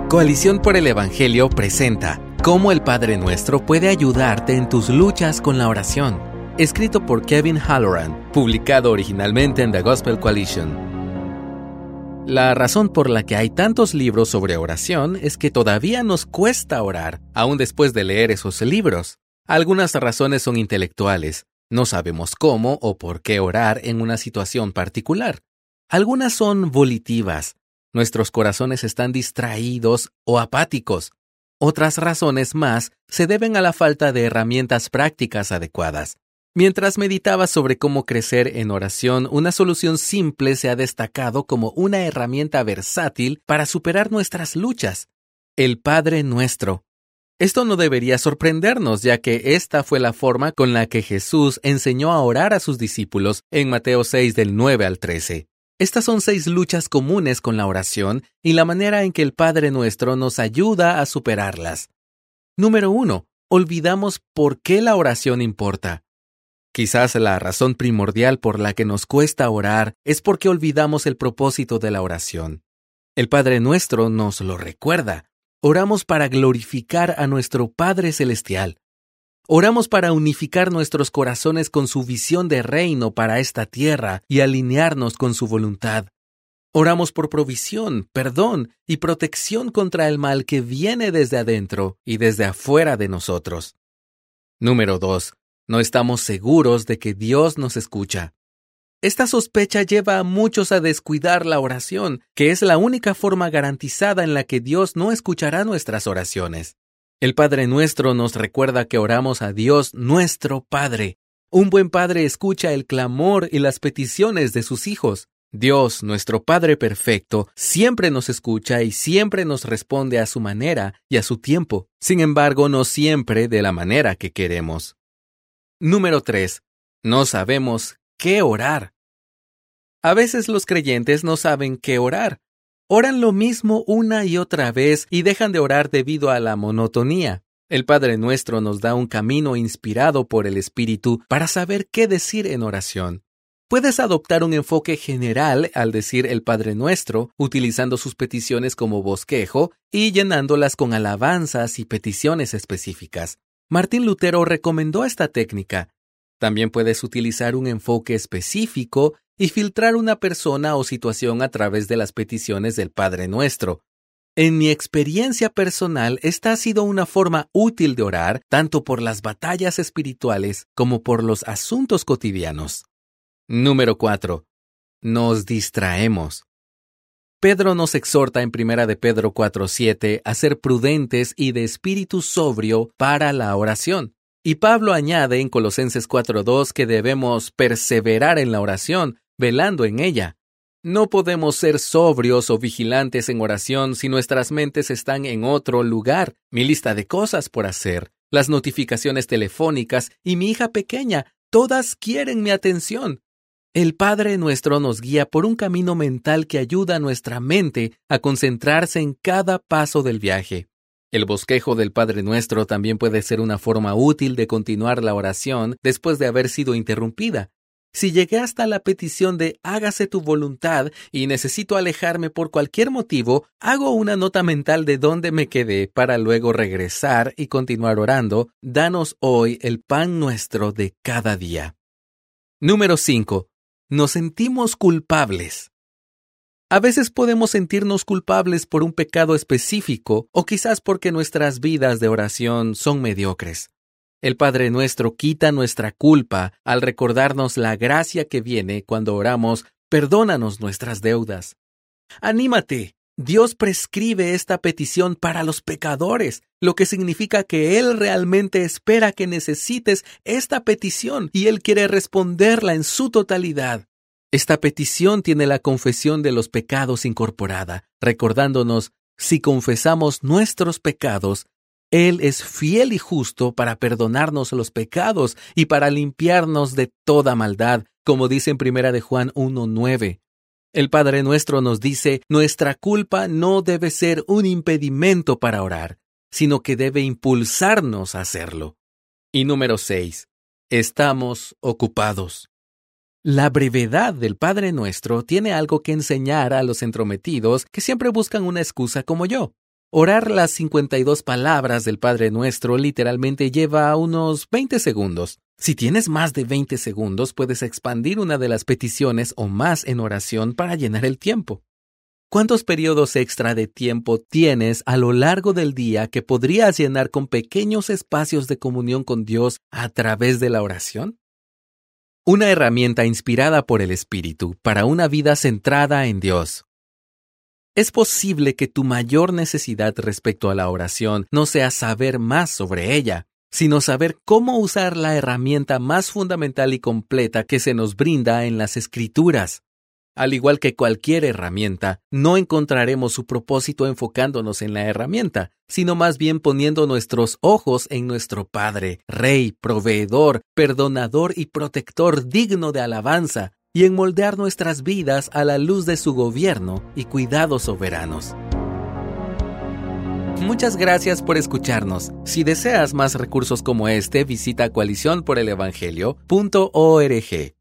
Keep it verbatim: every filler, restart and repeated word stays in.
Coalición por el Evangelio presenta Cómo el Padre Nuestro puede ayudarte en tus luchas con la oración. Escrito por Kevin Halloran, publicado originalmente en The Gospel Coalition. La razón por la que hay tantos libros sobre oración es que todavía nos cuesta orar, aún después de leer esos libros. Algunas razones son intelectuales. No sabemos cómo o por qué orar en una situación particular. Algunas son volitivas. Nuestros corazones están distraídos o apáticos. Otras razones más se deben a la falta de herramientas prácticas adecuadas. Mientras meditaba sobre cómo crecer en oración, una solución simple se ha destacado como una herramienta versátil para superar nuestras luchas: el Padre Nuestro. Esto no debería sorprendernos, ya que esta fue la forma con la que Jesús enseñó a orar a sus discípulos en Mateo seis del nueve al trece. Estas son seis luchas comunes con la oración y la manera en que el Padre Nuestro nos ayuda a superarlas. Número uno. Olvidamos por qué la oración importa. Quizás la razón primordial por la que nos cuesta orar es porque olvidamos el propósito de la oración. El Padre Nuestro nos lo recuerda. Oramos para glorificar a nuestro Padre Celestial. Oramos para unificar nuestros corazones con su visión de reino para esta tierra y alinearnos con su voluntad. Oramos por provisión, perdón y protección contra el mal que viene desde adentro y desde afuera de nosotros. Número dos. No estamos seguros de que Dios nos escucha. Esta sospecha lleva a muchos a descuidar la oración, que es la única forma garantizada en la que Dios no escuchará nuestras oraciones. El Padre Nuestro nos recuerda que oramos a Dios nuestro Padre. Un buen padre escucha el clamor y las peticiones de sus hijos. Dios, nuestro Padre perfecto, siempre nos escucha y siempre nos responde a su manera y a su tiempo. Sin embargo, no siempre de la manera que queremos. Número tres. No sabemos qué orar. A veces los creyentes no saben qué orar. Oran lo mismo una y otra vez y dejan de orar debido a la monotonía. El Padre Nuestro nos da un camino inspirado por el Espíritu para saber qué decir en oración. Puedes adoptar un enfoque general al decir el Padre Nuestro, utilizando sus peticiones como bosquejo y llenándolas con alabanzas y peticiones específicas. Martín Lutero recomendó esta técnica. También puedes utilizar un enfoque específico y filtrar una persona o situación a través de las peticiones del Padre Nuestro. En mi experiencia personal, esta ha sido una forma útil de orar, tanto por las batallas espirituales como por los asuntos cotidianos. Número cuatro. Nos distraemos. Pedro nos exhorta en Primera de Pedro cuatro siete a ser prudentes y de espíritu sobrio para la oración. Y Pablo añade en Colosenses cuatro dos que debemos perseverar en la oración, velando en ella. No podemos ser sobrios o vigilantes en oración si nuestras mentes están en otro lugar. Mi lista de cosas por hacer, las notificaciones telefónicas y mi hija pequeña, todas quieren mi atención. El Padre Nuestro nos guía por un camino mental que ayuda a nuestra mente a concentrarse en cada paso del viaje. El bosquejo del Padre Nuestro también puede ser una forma útil de continuar la oración después de haber sido interrumpida. Si llegué hasta la petición de hágase tu voluntad y necesito alejarme por cualquier motivo, hago una nota mental de dónde me quedé para luego regresar y continuar orando. Danos hoy el pan nuestro de cada día. Número cinco. Nos sentimos culpables. A veces podemos sentirnos culpables por un pecado específico o quizás porque nuestras vidas de oración son mediocres. El Padre Nuestro quita nuestra culpa al recordarnos la gracia que viene cuando oramos, perdónanos nuestras deudas. ¡Anímate! Dios prescribe esta petición para los pecadores, lo que significa que Él realmente espera que necesites esta petición y Él quiere responderla en su totalidad. Esta petición tiene la confesión de los pecados incorporada, recordándonos, si confesamos nuestros pecados, Él es fiel y justo para perdonarnos los pecados y para limpiarnos de toda maldad, como dice en Primera de Juan uno nueve. El Padre Nuestro nos dice, nuestra culpa no debe ser un impedimento para orar, sino que debe impulsarnos a hacerlo. Y número seis. Estamos ocupados. La brevedad del Padre Nuestro tiene algo que enseñar a los entrometidos que siempre buscan una excusa como yo. Orar las cincuenta y dos palabras del Padre Nuestro literalmente lleva unos veinte segundos. Si tienes más de veinte segundos, puedes expandir una de las peticiones o más en oración para llenar el tiempo. ¿Cuántos periodos extra de tiempo tienes a lo largo del día que podrías llenar con pequeños espacios de comunión con Dios a través de la oración? Una herramienta inspirada por el Espíritu para una vida centrada en Dios. Es posible que tu mayor necesidad respecto a la oración no sea saber más sobre ella, sino saber cómo usar la herramienta más fundamental y completa que se nos brinda en las Escrituras. Al igual que cualquier herramienta, no encontraremos su propósito enfocándonos en la herramienta, sino más bien poniendo nuestros ojos en nuestro Padre, Rey, Proveedor, Perdonador y Protector digno de alabanza, y en moldear nuestras vidas a la luz de su gobierno y cuidados soberanos. Muchas gracias por escucharnos. Si deseas más recursos como este, visita coalición por el evangelio punto org.